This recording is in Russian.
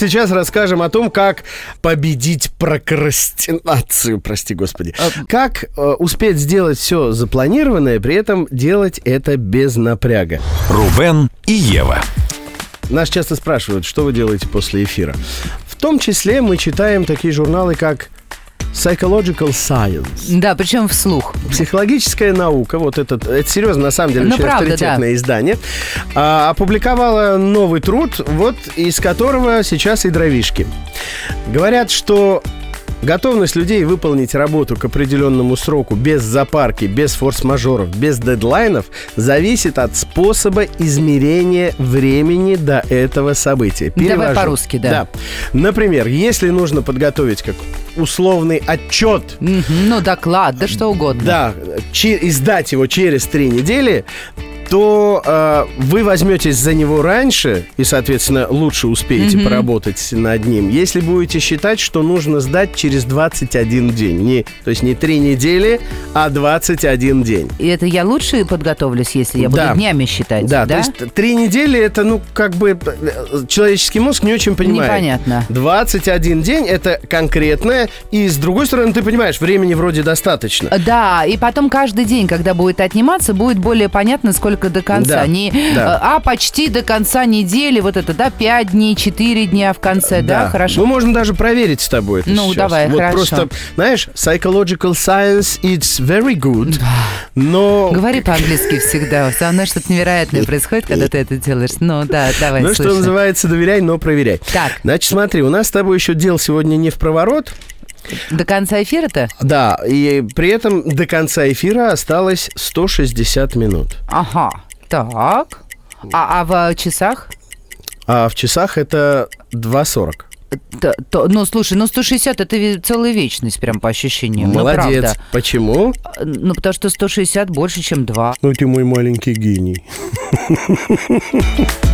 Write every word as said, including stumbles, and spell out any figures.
сейчас расскажем о том, как победить прокрастинацию, прости господи. Как э, успеть сделать все запланированное, при этом делать это без напряга. Рубен и Ева. Нас часто спрашивают, что вы делаете после эфира. В том числе мы читаем такие журналы, как Psychological Science. Да, причем вслух. Психологическая наука, вот этот, это серьезно, на самом деле, ну, очень правда, авторитетное да. издание, а, опубликовала новый труд, вот из которого сейчас и дровишки. Говорят, что готовность людей выполнить работу к определенному сроку без запарки, без форс-мажоров, без дедлайнов зависит от способа измерения времени до этого события. Перевожу. Давай по-русски, да. Да. Например, если нужно подготовить как условный отчет. Mm-hmm, ну, доклад, да что угодно. Да, че- и сдать его через три недели, то э, вы возьметесь за него раньше и, соответственно, лучше успеете mm-hmm. поработать над ним, если будете считать, что нужно сдать через двадцать один день. Не, то есть не три недели, а двадцать один день. И это я лучше подготовлюсь, если я буду да. днями считать, да? Да, то есть три недели, это, ну, как бы человеческий мозг не очень понимает. Непонятно. двадцать один день, это конкретное, и, с другой стороны, ты понимаешь, времени вроде достаточно. Да, и потом каждый день, когда будет отниматься, будет более понятно, сколько до конца. Да, Не, да. А почти до конца недели, вот это, да, пять дней, четыре дня в конце, да, Да, хорошо. Мы можем даже проверить с тобой это Ну, сейчас. давай, вот хорошо. Просто, знаешь, psychological science, it's very good, но... Говори по-английски всегда. Со мной что-то невероятное происходит, когда ты это делаешь. Ну, да, давай, Ну, слушай. что называется, доверяй, но проверяй. Так. Значит, смотри, у нас с тобой еще дел сегодня не в проворот. До конца эфира-то? Да, и при этом до конца эфира осталось сто шестьдесят минут. Ага, так. А, а в часах? А в часах это два сорок. То, то, ну, слушай, ну сто шестьдесят это ведь целая вечность, прям по ощущениям. Молодец. Ну, правда. Почему? Ну, потому что сто шестьдесят больше, чем два. Ну, ты мой маленький гений.